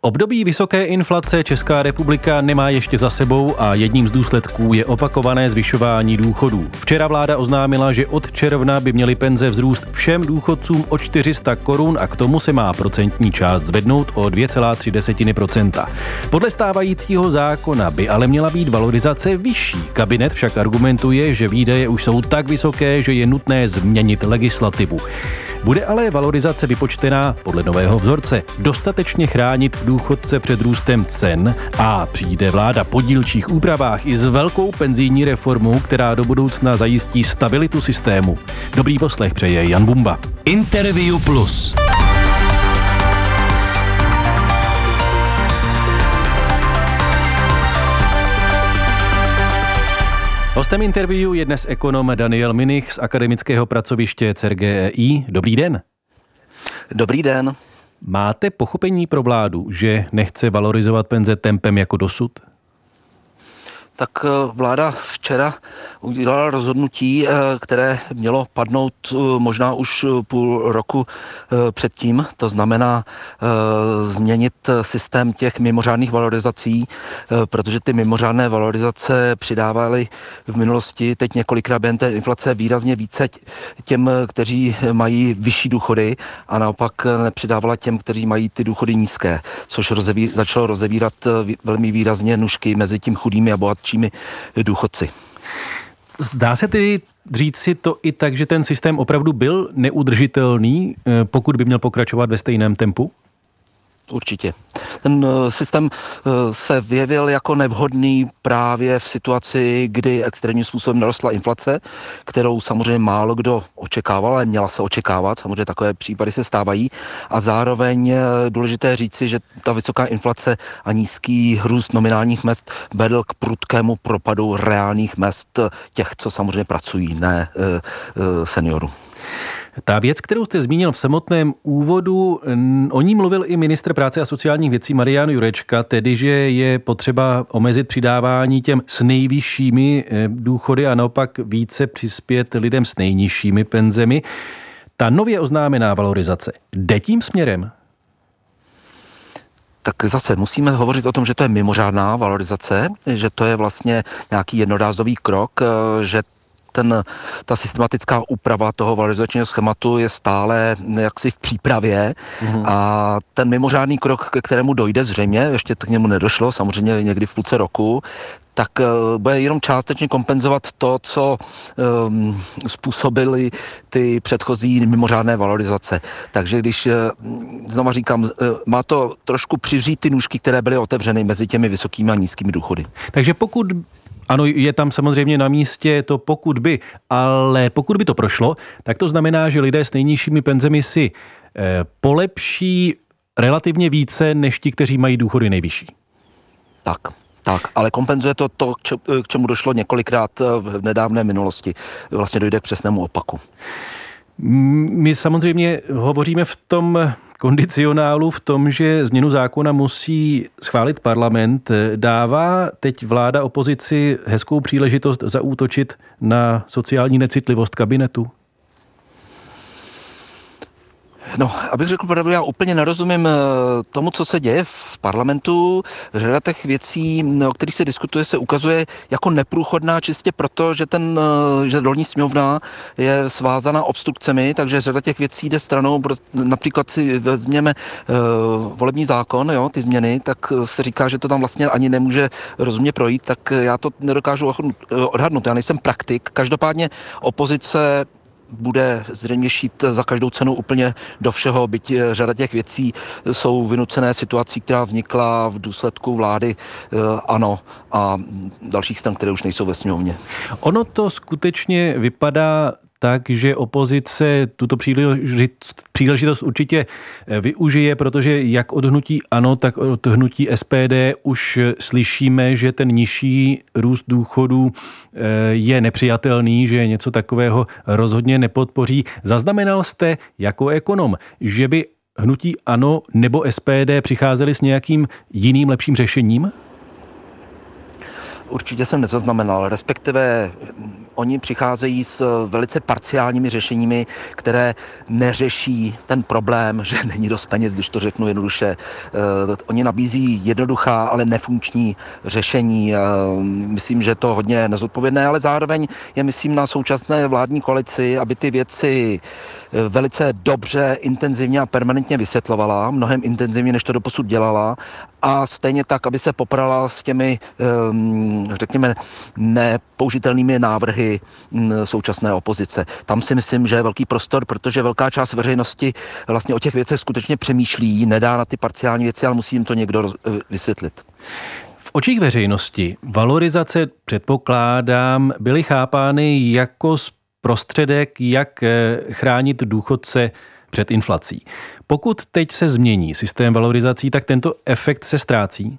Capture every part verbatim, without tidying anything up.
Období vysoké inflace Česká republika nemá ještě za sebou a jedním z důsledků je opakované zvyšování důchodů. Včera vláda oznámila, že od června by měly penze vzrůst všem důchodcům o čtyři sta korun a k tomu se má procentní část zvednout o dvě celá tři procenta. Podle stávajícího zákona by ale měla být valorizace vyšší. Kabinet však argumentuje, že výdaje už jsou tak vysoké, že je nutné změnit legislativu. Bude ale valorizace vypočtená podle nového vzorce dostatečně chránit důchodce před růstem cen a přijde vláda po dílčích úpravách i s velkou penzijní reformou, která do budoucna zajistí stabilitu systému. Dobrý poslech přeje Jan Bumba. Interview Plus. Hostem interview je dnes ekonom Daniel Minich z akademického pracoviště C E R G E I. Dobrý den. Dobrý den. Máte pochopení pro vládu, že nechce valorizovat penze tempem jako dosud? Tak vláda včera udělala rozhodnutí, které mělo padnout možná už půl roku předtím. To znamená změnit systém těch mimořádných valorizací, protože ty mimořádné valorizace přidávaly v minulosti teď několikrát během té inflace výrazně více těm, kteří mají vyšší důchody a naopak nepřidávala těm, kteří mají ty důchody nízké, což rozeví, začalo rozevírat velmi výrazně nůžky mezi tím chudými a bohatými důchodci. Zdá se tedy říct si to i tak, že ten systém opravdu byl neudržitelný, pokud by měl pokračovat ve stejném tempu? Určitě. Ten systém se vyjevil jako nevhodný právě v situaci, kdy extrémním způsobem narostla inflace, kterou samozřejmě málo kdo očekával, ale měla se očekávat, samozřejmě takové případy se stávají a zároveň důležité říci, že ta vysoká inflace a nízký růst nominálních mezd vedl k prudkému propadu reálných mezd těch, co samozřejmě pracují, ne seniorů. Ta věc, kterou jste zmínil v samotném úvodu, o ní mluvil i ministr práce a sociálních věcí Marian Jurečka, tedy že je potřeba omezit přidávání těm s nejvyššími důchody a naopak více přispět lidem s nejnižšími penzemi. Ta nově oznámená valorizace jde tím směrem? Tak zase musíme hovořit o tom, že to je mimořádná valorizace, že to je vlastně nějaký jednorázový krok, že Ten, ta systematická úprava toho valorizačního schématu je stále jaksi v přípravě mm. a ten mimořádný krok, ke kterému dojde zřejmě, ještě k němu nedošlo, samozřejmě někdy v půlce roku, tak uh, bude jenom částečně kompenzovat to, co um, způsobily ty předchozí mimořádné valorizace. Takže když, uh, znova říkám, uh, má to trošku přivřít ty nůžky, které byly otevřeny mezi těmi vysokými a nízkými důchody. Takže pokud ano, je tam samozřejmě na místě to pokud by, ale pokud by to prošlo, tak to znamená, že lidé s nejnižšími penzemi si eh, polepší relativně více než ti, kteří mají důchody nejvyšší. Tak. Tak, ale kompenzuje to to, k čemu došlo několikrát v nedávné minulosti. Vlastně dojde k přesnému opaku. My samozřejmě hovoříme v tom kondicionálu, v tom, že změnu zákona musí schválit parlament. Dává teď vláda opozici hezkou příležitost zaútočit na sociální necitlivost kabinetu? No, abych řekl pravdu, já úplně nerozumím tomu, co se děje v parlamentu. Řada těch věcí, o kterých se diskutuje, se ukazuje jako neprůchodná čistě proto, že ten, že dolní sněmovna je svázána obstrukcemi, takže řada těch věcí jde stranou. Například si vezměme uh, volební zákon, jo, ty změny, tak se říká, že to tam vlastně ani nemůže rozumně projít, tak já to nedokážu odhadnout. Já nejsem praktik. Každopádně opozice bude zřejmě šít za každou cenu úplně do všeho, byť řada těch věcí jsou vynucené situací, která vznikla v důsledku vlády ANO a dalších stran, které už nejsou ve sněmovně. Ono to skutečně vypadá tak, že opozice tuto příležitost určitě využije, protože jak od hnutí ANO, tak od hnutí S P D už slyšíme, že ten nižší růst důchodů je nepřijatelný, že něco takového rozhodně nepodpoří. Zaznamenal jste jako ekonom, že by hnutí ANO nebo S P D přicházeli s nějakým jiným lepším řešením? určitě jsem nezaznamenal, respektive oni přicházejí s velice parciálními řešeními, které neřeší ten problém, že není dost peněz, když to řeknu jednoduše. Oni nabízí jednoduchá, ale nefunkční řešení. Myslím, že je to hodně nezodpovědné, ale zároveň je, myslím, na současné vládní koalici, aby ty věci velice dobře, intenzivně a permanentně vysvětlovala, mnohem intenzivně, než to doposud dělala, a stejně tak, aby se poprala s těmi, řekněme, nepoužitelnými návrhy současné opozice. Tam si myslím, že je velký prostor, protože velká část veřejnosti vlastně o těch věcech skutečně přemýšlí, nedá na ty parciální věci, ale musí jim to někdo vysvětlit. V očích veřejnosti valorizace, předpokládám, byly chápány jako prostředek, jak chránit důchodce před inflací. Pokud teď se změní systém valorizací, tak tento efekt se ztrácí?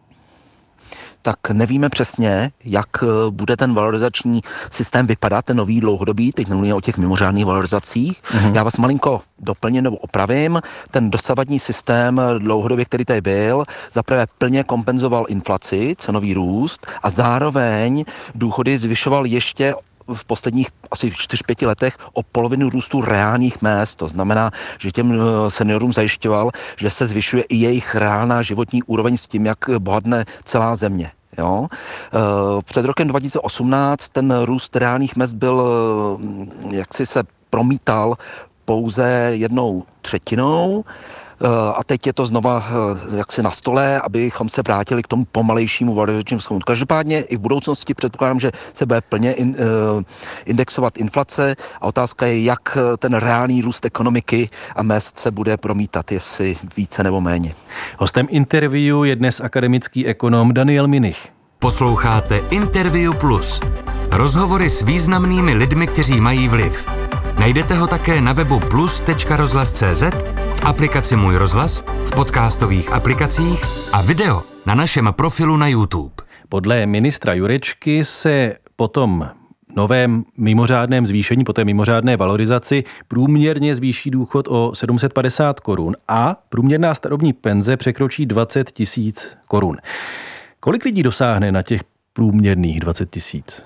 Tak nevíme přesně, jak bude ten valorizační systém vypadat, ten nový dlouhodobý, teď nemluvíme o těch mimořádných valorizacích. Mm-hmm. Já vás malinko doplním nebo opravím. Ten dosavadní systém dlouhodobě, který tady byl, zaprvé plně kompenzoval inflaci, cenový růst, a zároveň důchody zvyšoval ještě v posledních asi čtyři pěti letech o polovinu růstu reálných mezd. To znamená, že těm seniorům zajišťoval, že se zvyšuje i jejich reálná životní úroveň s tím, jak bohatne celá země. Jo? Před rokem dva tisíce osmnáct ten růst reálných mezd byl, jak si se promítal pouze jednou třetinou, a teď je to znova jaksi na stole, abychom se vrátili k tomu pomalejšímu valorizačnímu schodu. Každopádně i v budoucnosti předpokládám, že se bude plně in, indexovat inflace, a otázka je, jak ten reálný růst ekonomiky a mezd se bude promítat, jestli více nebo méně. Hostem interview je dnes akademický ekonom Daniel Münych. Posloucháte Interview Plus. Rozhovory s významnými lidmi, kteří mají vliv. Najdete ho také na webu plus tečka rozhlas tečka cé zet, v aplikaci Můj rozhlas, v podcastových aplikacích a video na našem profilu na YouTube. Podle ministra Jurečky se potom novém mimořádném zvýšení, po té mimořádné valorizaci, průměrně zvýší důchod o sedm set padesát korun a průměrná starobní penze překročí dvacet tisíc korun. Kolik lidí dosáhne na těch průměrných dvacet tisíc?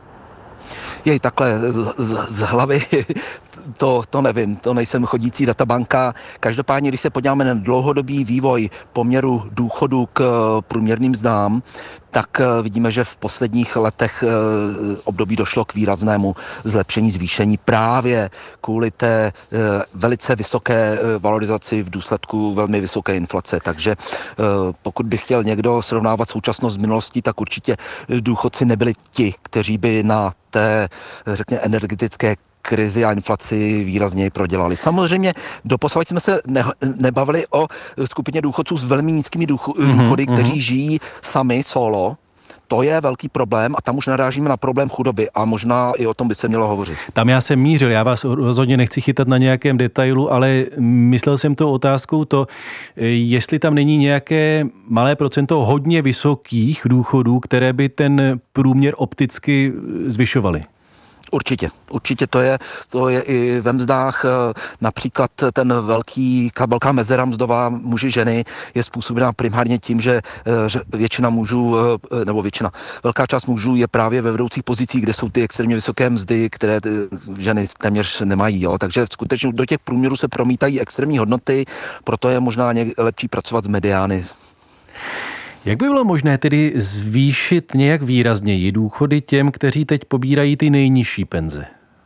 Jej, takhle z, z, z hlavy, to, to nevím, to nejsem chodící databanka. Každopádně, když se podíváme na dlouhodobý vývoj poměru důchodu k průměrným mzdám, tak vidíme, že v posledních letech období došlo k výraznému zlepšení, zvýšení právě kvůli té velice vysoké valorizaci v důsledku velmi vysoké inflace. Takže pokud by chtěl někdo srovnávat současnost s minulostí, tak určitě důchodci nebyli ti, kteří by na té, řekněme, energetické krizi a inflaci výrazněji prodělali. Samozřejmě doposud jsme se ne, nebavili o skupině důchodců s velmi nízkými důcho, mm-hmm, důchody, kteří mm-hmm. žijí sami solo. To je velký problém a tam už narážíme na problém chudoby a možná i o tom by se mělo hovořit. Tam já jsem mířil, já vás rozhodně nechci chytat na nějakém detailu, ale myslel jsem tou otázkou to, jestli tam není nějaké malé procento hodně vysokých důchodů, které by ten průměr opticky zvyšovaly. Určitě, určitě to je, to je i ve mzdách, například ten velký, velká mezera mzdová muži ženy je způsobená primárně tím, že většina mužů, nebo většina, velká část mužů je právě ve vedoucích pozicích, kde jsou ty extrémně vysoké mzdy, které ženy téměř nemají, jo. Takže skutečně do těch průměrů se promítají extrémní hodnoty, proto je možná lepší pracovat s mediány. Jak by bylo možné tedy zvýšit nějak výrazněji důchody těm, kteří teď pobírají ty nejnižší penze?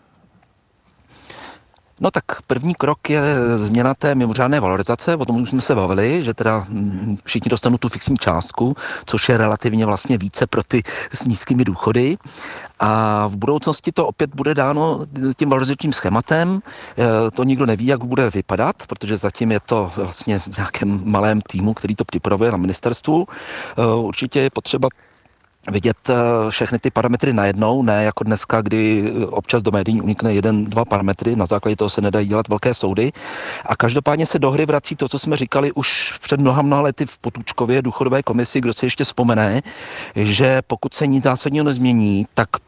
No tak první krok je změna té mimořádné valorizace, o tom už jsme se bavili, že teda všichni dostanou tu fixní částku, což je relativně vlastně více pro ty s nízkými důchody. A v budoucnosti to opět bude dáno tím valorizačním schématem. To nikdo neví, jak bude vypadat, protože zatím je to vlastně v nějakém malém týmu, který to připravuje na ministerstvu. Určitě je potřeba vidět všechny ty parametry najednou, ne jako dneska, kdy občas do médií unikne jeden, dva parametry, na základě toho se nedají dělat velké soudy. A každopádně se do hry vrací to, co jsme říkali už před mnoha, mnoha lety v Potůčkově důchodové komisi, kdo si ještě vzpomene, že pokud se nic zásadního nezmění, tak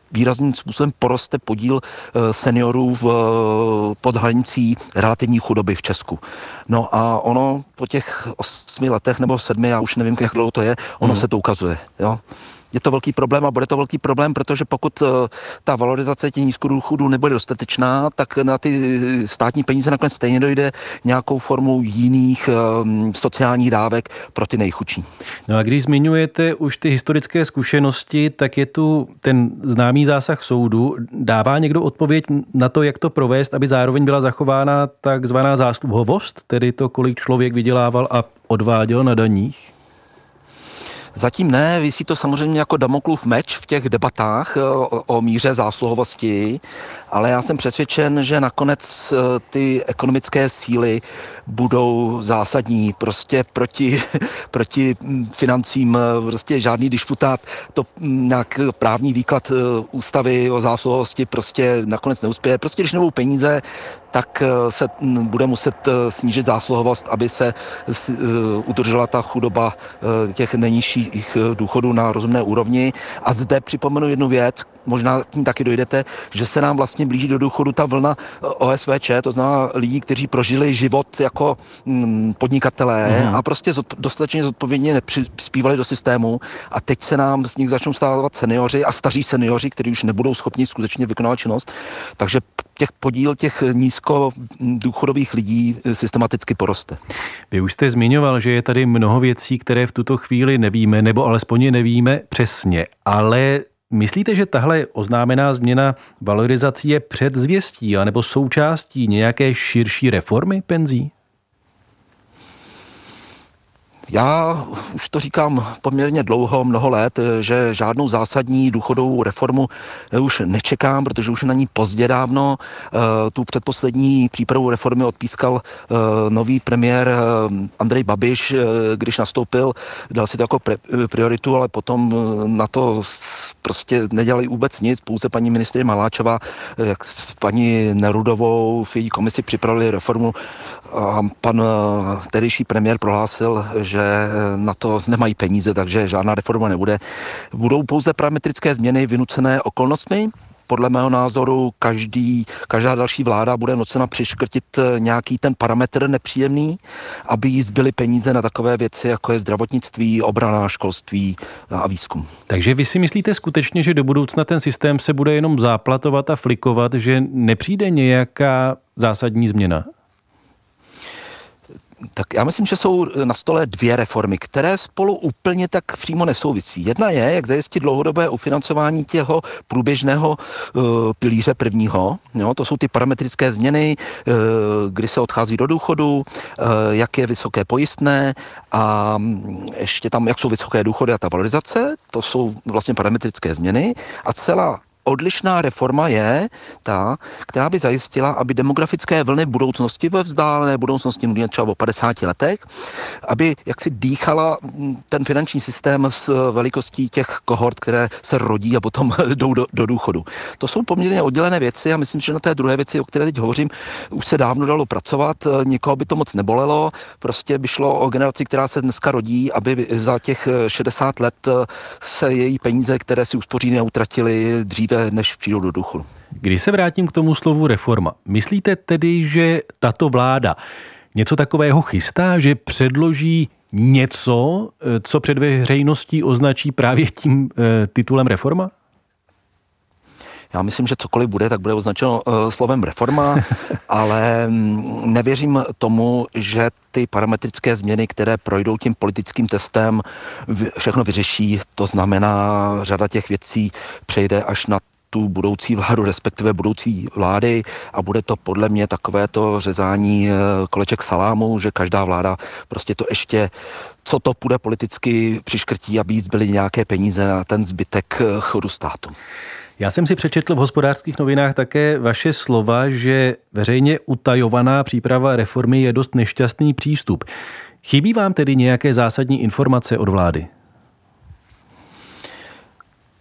výrazným způsobem poroste podíl seniorů v, pod hranicí relativní chudoby v Česku. No a ono po těch osmi letech nebo sedmi, já už nevím, jak dlouho to je, ono hmm. se to ukazuje. Jo? Je to velký problém a bude to velký problém, protože pokud ta valorizace těch nízkodůchodů nebude dostatečná, tak na ty státní peníze nakonec stejně dojde nějakou formou jiných um, sociálních dávek pro ty nejchudší. No a když zmiňujete už ty historické zkušenosti, tak je tu ten známý zásah soudu. Dává někdo odpověď na to, jak to provést, aby zároveň byla zachována takzvaná zásluhovost, tedy to, kolik člověk vydělával a odváděl na daních? Zatím ne, visí to samozřejmě jako Damoklův meč v těch debatách o, o míře zásluhovosti, ale já jsem přesvědčen, že nakonec ty ekonomické síly budou zásadní. Prostě proti, proti financím prostě žádný disputát, to nějak právní výklad ústavy o zásluhovosti prostě nakonec neuspěje. Prostě když nebudou peníze, tak se bude muset snížit zásluhovost, aby se udržela ta chudoba těch nejnižších důchodů na rozumné úrovni. A zde připomenu jednu věc, možná tím taky dojdete, že se nám vlastně blíží do důchodu ta vlna O S V Č, to znamená lidí, kteří prožili život jako podnikatelé mm. a prostě dostatečně zodpovědně nepřispívali do systému a teď se nám z nich začnou stávat seniori a staří seniori, kteří už nebudou schopni skutečně vykonávat činnost. Takže těch podíl těch nízkodůchodových lidí systematicky poroste. Vy už jste zmiňoval, že je tady mnoho věcí, které v tuto chvíli nevíme, nebo alespoň je nevíme přesně, ale myslíte, že tahle oznámená změna valorizací je předzvěstí anebo součástí nějaké širší reformy penzí? Já už to říkám poměrně dlouho, mnoho let, že žádnou zásadní důchodovou reformu už nečekám, protože už je na ní pozdě dávno. Tu předposlední přípravu reformy odpískal nový premiér Andrej Babiš, když nastoupil, dal si to jako prioritu, ale potom na to prostě nedělali vůbec nic, pouze paní ministryně Maláčová, jak s paní Nerudovou v její komisi připravili reformu a pan tehdejší premiér prohlásil, že na to nemají peníze, takže žádná reforma nebude. Budou pouze parametrické změny vynucené okolnostmi. Podle mého názoru každý, každá další vláda bude nucena přiškrtit nějaký ten parametr nepříjemný, aby jí zbyly peníze na takové věci, jako je zdravotnictví, obrana, školství a výzkum. Takže vy si myslíte skutečně, že do budoucna ten systém se bude jenom záplatovat a flikovat, že nepřijde nějaká zásadní změna? Tak já myslím, že jsou na stole dvě reformy, které spolu úplně tak přímo nesouvisí. Jedna je, jak zajistit dlouhodobé ufinancování těho průběžného uh, pilíře prvního. Jo, to jsou ty parametrické změny, uh, kdy se odchází do důchodu, uh, jak je vysoké pojistné a ještě tam, jak jsou vysoké důchody a ta valorizace. To jsou vlastně parametrické změny a celá odlišná reforma je ta, která by zajistila, aby demografické vlny budoucnosti, ve vzdálené budoucnosti, mluvíme třeba o padesáti letech, aby jaksi dýchala ten finanční systém s velikostí těch kohort, které se rodí a potom jdou do, do důchodu. To jsou poměrně oddělené věci a myslím, že na té druhé věci, o které teď hovořím, už se dávno dalo pracovat, nikoho by to moc nebolelo, prostě by šlo o generaci, která se dneska rodí, aby za těch šedesát let se její peníze, které si uspoří, neutratily dříve, než přijdou do důchodu. Když se vrátím k tomu slovu reforma, myslíte tedy, že tato vláda něco takového chystá, že předloží něco, co před veřejností označí právě tím e, titulem reforma? Já myslím, že cokoliv bude, tak bude označeno uh, slovem reforma, ale nevěřím tomu, že ty parametrické změny, které projdou tím politickým testem, všechno vyřeší. To znamená, řada těch věcí přejde až na tu budoucí vládu, respektive budoucí vlády a bude to podle mě takové to řezání koleček salámu, že každá vláda prostě to ještě, co to půjde politicky, přiškrtí, aby zbyly nějaké peníze na ten zbytek chodu státu. Já jsem si přečetl v Hospodářských novinách také vaše slova, že veřejně utajovaná příprava reformy je dost nešťastný přístup. Chybí vám tedy nějaké zásadní informace od vlády? Tak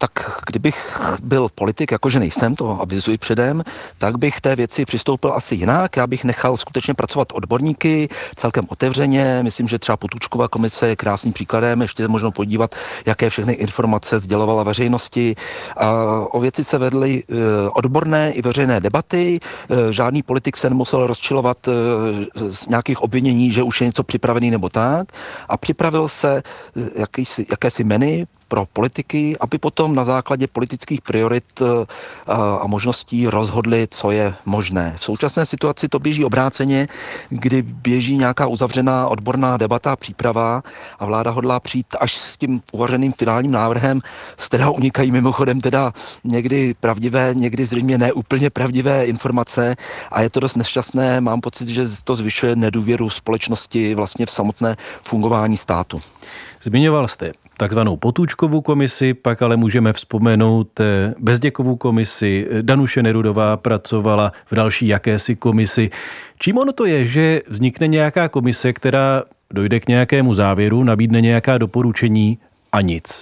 kdybych byl politik, jakože nejsem, to avizuji předem, tak bych té věci přistoupil asi jinak. Já bych nechal skutečně pracovat odborníky celkem otevřeně. Myslím, že třeba Potůčkova komise je krásným příkladem. Ještě možno podívat, jaké všechny informace sdělovala veřejnosti. A o věci se vedly odborné i veřejné debaty. Žádný politik se nemusel rozčilovat z nějakých obvinění, že už je něco připravený nebo tak. A připravil se jakýsi, jakési menu pro politiky, aby potom na základě politických priorit a, a možností rozhodli, co je možné. V současné situaci to běží obráceně, kdy běží nějaká uzavřená odborná debata a příprava a vláda hodlá přijít až s tím uvařeným finálním návrhem, z kterého unikají mimochodem teda někdy pravdivé, někdy zřejmě neúplně pravdivé informace a je to dost nešťastné. Mám pocit, že to zvyšuje nedůvěru společnosti vlastně v samotné fungování státu. Zmiňoval jste takzvanou Potůčkovu komisi, pak ale můžeme vzpomenout Bezděkovu komisi. Danuše Nerudová pracovala v další jakési komisi. Čím ono to je, že vznikne nějaká komise, která dojde k nějakému závěru, nabídne nějaká doporučení a nic?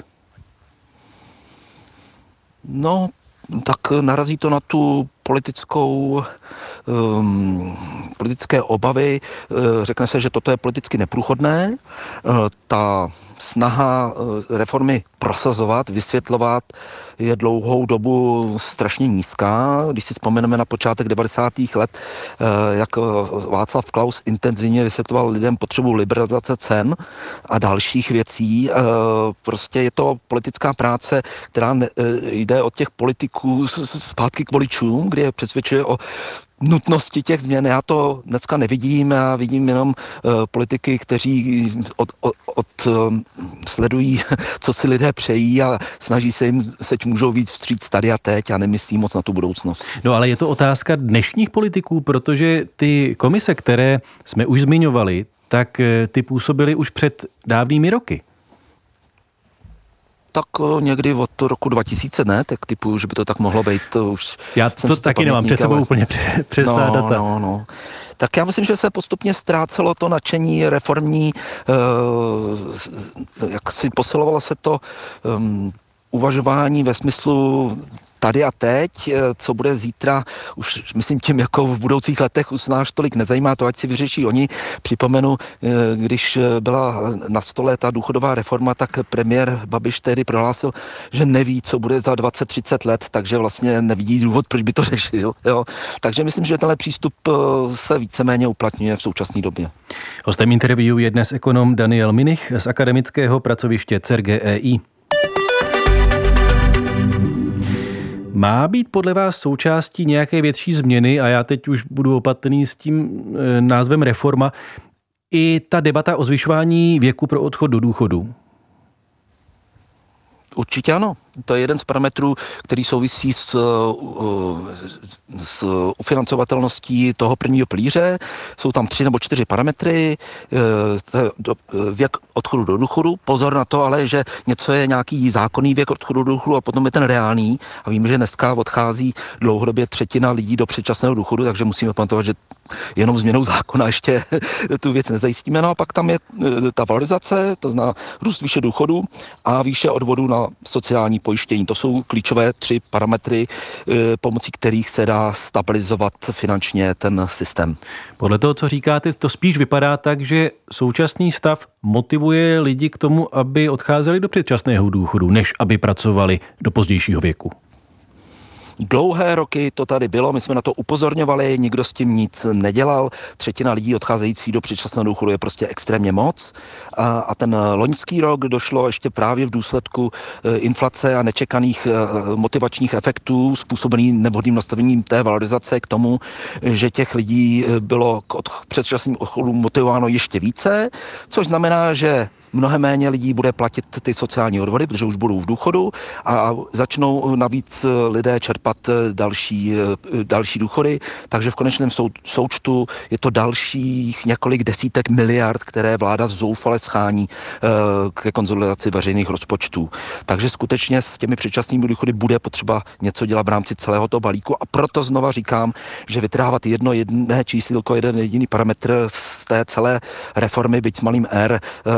No, tak narazí to na tu politickou, um, politické obavy. Řekne se, že toto je politicky neprůchodné. Ta snaha reformy prosazovat, vysvětlovat je dlouhou dobu strašně nízká. Když si vzpomeneme na počátek devadesátých let, jak Václav Klaus intenzivně vysvětloval lidem potřebu liberalizace cen a dalších věcí. Prostě je to politická práce, která jde od těch politiků zpátky k voličům, kde je přesvědčuje o nutnosti těch změn. Já to dneska nevidím, já vidím jenom uh, politiky, kteří od, od, od um, sledují, co si lidé přejí a snaží se jim, seč můžou víc vstříc tady a teď a nemyslí moc na tu budoucnost. No ale je to otázka dnešních politiků, protože ty komise, které jsme už zmiňovali, tak ty působily už před dávnými roky. Tak někdy od roku dva tisíce, ne? Tak typu, že by to tak mohlo být. To už já to taky nemám před sebou ale... úplně přesná no, data. No, no. Tak já myslím, že se postupně ztrácelo to nadšení reformní, uh, jak si posilovalo se to um, uvažování ve smyslu tady a teď, co bude zítra, už myslím tím jako v budoucích letech už nás tolik nezajímá, to ať si vyřeší oni. Připomenu, když byla na stole ta důchodová reforma, tak premiér Babiš tehdy prohlásil, že neví, co bude za dvacet třicet let, takže vlastně nevidí důvod, proč by to řešil. Jo. Takže myslím, že tenhle přístup se víceméně uplatňuje v současné době. Hostem interview je dnes ekonom Daniel Minich z akademického pracoviště C E R G E I. Má být podle vás součástí nějaké větší změny, a já teď už budu opatrný s tím e, názvem reforma, i ta debata o zvyšování věku pro odchod do důchodu? Určitě ano. To je jeden z parametrů, který souvisí s, s ufinancovatelností toho prvního pilíře. Jsou tam tři nebo čtyři parametry. Věk odchodu do důchodu. Pozor na to ale, že něco je nějaký zákonný věk odchodu do důchodu a potom je ten reálný. A víme, že dneska odchází dlouhodobě třetina lidí do předčasného důchodu, takže musíme pamatovat, že jenom změnou zákona ještě tu věc nezajistíme. No a pak tam je ta valorizace, to znamená růst výše důchodu a výše odvodu na sociální pojištění. To jsou klíčové tři parametry, pomocí kterých se dá stabilizovat finančně ten systém. Podle toho, co říkáte, to spíš vypadá tak, že současný stav motivuje lidi k tomu, aby odcházeli do předčasného důchodu, než aby pracovali do pozdějšího věku. Dlouhé roky to tady bylo, my jsme na to upozorňovali, nikdo s tím nic nedělal, třetina lidí odcházející do předčasného důchodu je prostě extrémně moc a, a ten loňský rok došlo ještě právě v důsledku e, inflace a nečekaných e, motivačních efektů způsobených nevhodným nastavením té valorizace k tomu, že těch lidí bylo k od, předčasným odchodům motivováno ještě více, což znamená, že mnohem méně lidí bude platit ty sociální odvody, protože už budou v důchodu a začnou navíc lidé čerpat další, další důchody, takže v konečném sou, součtu je to dalších několik desítek miliard, které vláda zoufale schání uh, ke konsolidaci veřejných rozpočtů. Takže skutečně s těmi předčasnými důchody bude potřeba něco dělat v rámci celého toho balíku a proto znova říkám, že vytrhávat jedno jedné čísílko, jeden jediný parametr z té celé reformy, byť s malým R, uh, je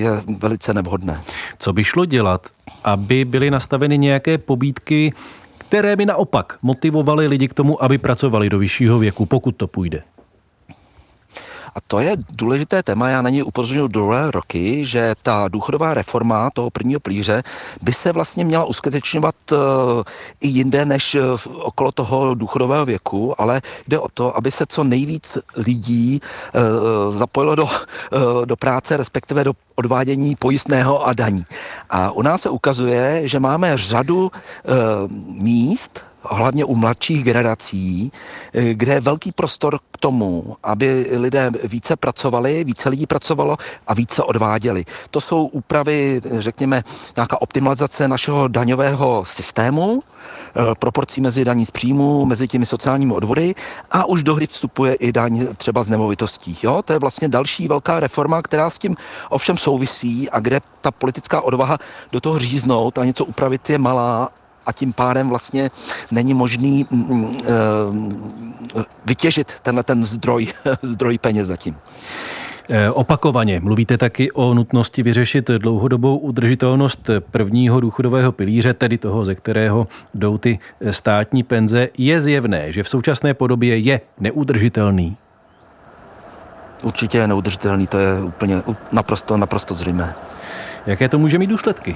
je velice nevhodné. Co by šlo dělat, aby byly nastaveny nějaké pobídky, které by naopak motivovaly lidi k tomu, aby pracovali do vyššího věku, pokud to půjde? A to je důležité téma, já na něj upozorňuji dlouhé roky, že ta důchodová reforma toho prvního pilíře by se vlastně měla uskutečňovat uh, i jinde než uh, okolo toho důchodového věku, ale jde o to, aby se co nejvíc lidí uh, zapojilo do, uh, do práce, respektive do odvádění pojistného a daní. A u nás se ukazuje, že máme řadu uh, míst, hlavně u mladších generací, kde je velký prostor k tomu, aby lidé více pracovali, více lidí pracovalo a více odváděli. To jsou úpravy, řekněme, nějaká optimalizace našeho daňového systému, proporcí mezi daní z příjmu, mezi těmi sociálními odvody a už do hry vstupuje i daň třeba z nemovitostí. Jo? To je vlastně další velká reforma, která s tím ovšem souvisí a kde ta politická odvaha do toho říznout a něco upravit je malá a tím pádem vlastně není možný mm, uh, vytěžit tenhle ten zdroj, zdroj peněz zatím. Opakovaně mluvíte taky o nutnosti vyřešit dlouhodobou udržitelnost prvního důchodového pilíře, tedy toho, ze kterého jdou ty státní penze. Je zjevné, že v současné podobě je neudržitelný? Určitě je neudržitelný, to je úplně naprosto, naprosto zřejmé. Jaké to může mít důsledky?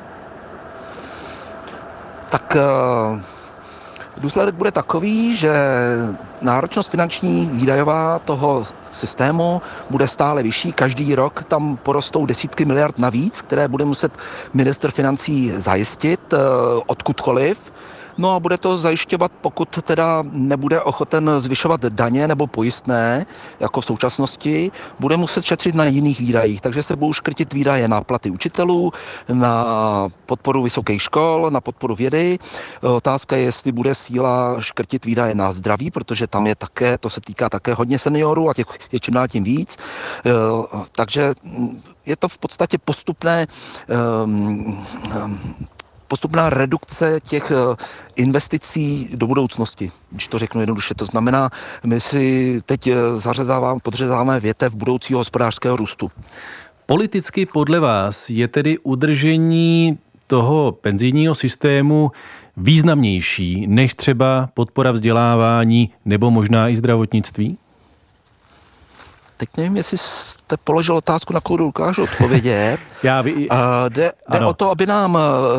Tak důsledek bude takový, že náročnost finanční výdajová toho systému bude stále vyšší. Každý rok tam porostou desítky miliard navíc, které bude muset ministr financí zajistit odkudkoliv. No a bude to zajišťovat, pokud teda nebude ochoten zvyšovat daně nebo pojistné, jako v současnosti, bude muset šetřit na jiných výdajích. Takže se budou škrtit výdaje na platy učitelů, na podporu vysokých škol, na podporu vědy. Otázka je, jestli bude síla škrtit výdaje na zdraví, protože tam je také, to se týká také hodně seniorů a těch je čím dál tím víc. Takže je to v podstatě postupné um, um, postupná redukce těch investicí do budoucnosti, když to řeknu jednoduše. To znamená, my si teď zařezáváme, podřezáváme větev budoucího hospodářského růstu. Politicky podle vás je tedy udržení toho penzijního systému významnější než třeba podpora vzdělávání nebo možná i zdravotnictví? Teď nevím, jestli jste položil otázku, na kterou dokážu odpovědět. Já ví... uh, jde, jde o to, aby nám uh,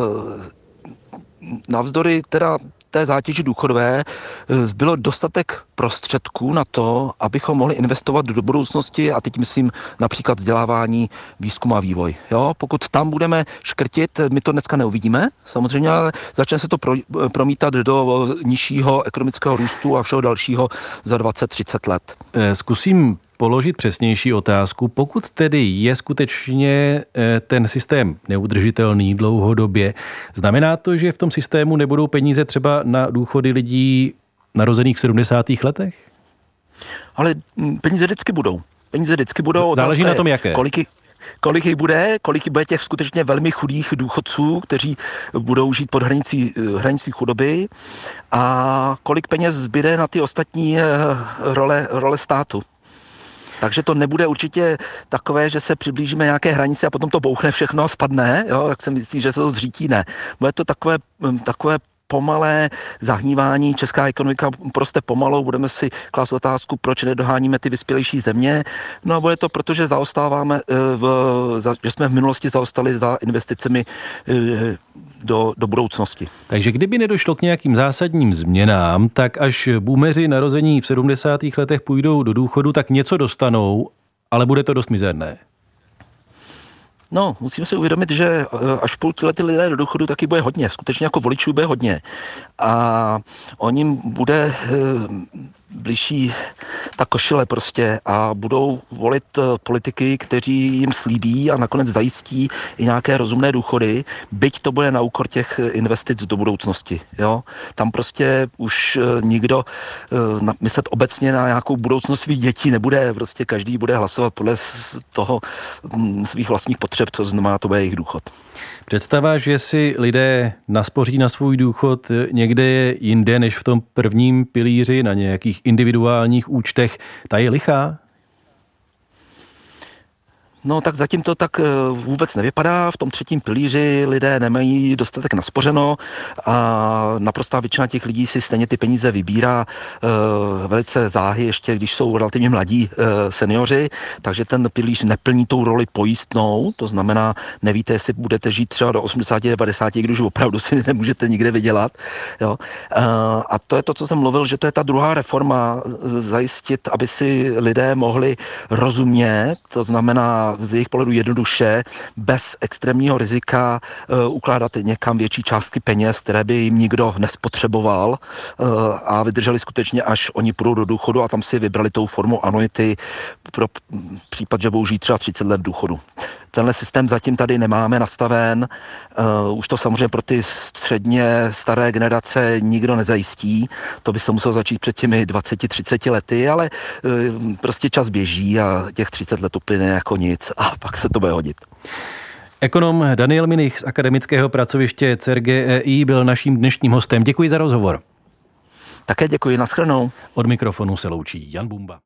navzdory teda té zátěži důchodové zbylo dostatek prostředků na to, abychom mohli investovat do budoucnosti a teď myslím například vzdělávání, výzkum a vývoj. Jo? Pokud tam budeme škrtit, my to dneska neuvidíme, samozřejmě, ale začne se to pro, promítat do nižšího ekonomického růstu a všeho dalšího za dvacet třicet let. Zkusím položit přesnější otázku. Pokud tedy je skutečně ten systém neudržitelný dlouhodobě, znamená to, že v tom systému nebudou peníze třeba na důchody lidí narozených v sedmdesátých letech? Ale peníze vždycky budou. Peníze vždycky budou. Záleží na tom, jaké. Kolik, kolik jich bude, kolik bude těch skutečně velmi chudých důchodců, kteří budou žít pod hranicí, hranicí chudoby a kolik peněz zbyde na ty ostatní role, role státu. Takže to nebude určitě takové, že se přiblížíme nějaké hranici a potom to bouchne všechno a spadne, jo, jak se myslí, že se to zřítí, ne. Bude to takové, takové pomalé zahnívání, česká ekonomika prostě pomalou, budeme si klást otázku, proč nedoháníme ty vyspělejší země, no a bude to, protože zaostáváme, v, že jsme v minulosti zaostali za investicemi do, do budoucnosti. Takže kdyby nedošlo k nějakým zásadním změnám, tak až boomeři narození v sedmdesátých letech půjdou do důchodu, tak něco dostanou, ale bude to dost mizerné. No, musíme si uvědomit, že až půl lety lidé do důchodu taky bude hodně, skutečně jako voličů bude hodně. A o ním bude e, blížší ta košile prostě a budou volit politiky, kteří jim slíbí a nakonec zajistí i nějaké rozumné důchody, byť to bude na úkor těch investic do budoucnosti. Jo? Tam prostě už nikdo e, myslet obecně na nějakou budoucnost svých dětí nebude, prostě každý bude hlasovat podle toho m, svých vlastních potřeb, co znamená, to bude jejich důchod. Představa, že si lidé naspoří na svůj důchod někde jinde než v tom prvním pilíři na nějakých individuálních účtech, ta je lichá? No tak zatím to tak vůbec nevypadá. V tom třetím pilíři lidé nemají dostatek naspořeno a naprostá většina těch lidí si stejně ty peníze vybírá e, velice záhy, ještě když jsou relativně mladí e, seniori, takže ten pilíř neplní tou roli pojistnou, to znamená, nevíte, jestli budete žít třeba do osmdesát devadesát, když opravdu si nemůžete nikde vydělat. Jo. E, a to je to, co jsem mluvil, že to je ta druhá reforma, zajistit, aby si lidé mohli rozumět, to znamená z jejich pohledu jednoduše, bez extrémního rizika uh, ukládat někam větší částky peněz, které by jim nikdo nespotřeboval uh, a vydrželi skutečně, až oni půjdou do důchodu a tam si vybrali tou formu anuity pro případ, že budou žít třeba třicet let v důchodu. Tenhle systém zatím tady nemáme nastaven, uh, už to samozřejmě pro ty středně staré generace nikdo nezajistí, to by se muselo začít před těmi dvaceti třiceti lety, ale uh, prostě čas běží a těch třicet let uplyne jako nic a pak se to bude hodit. Ekonom Daniel Minich z akademického pracoviště C E R G E I byl naším dnešním hostem. Děkuji za rozhovor. Také děkuji, nashledanou. Od mikrofonu se loučí Jan Bumba.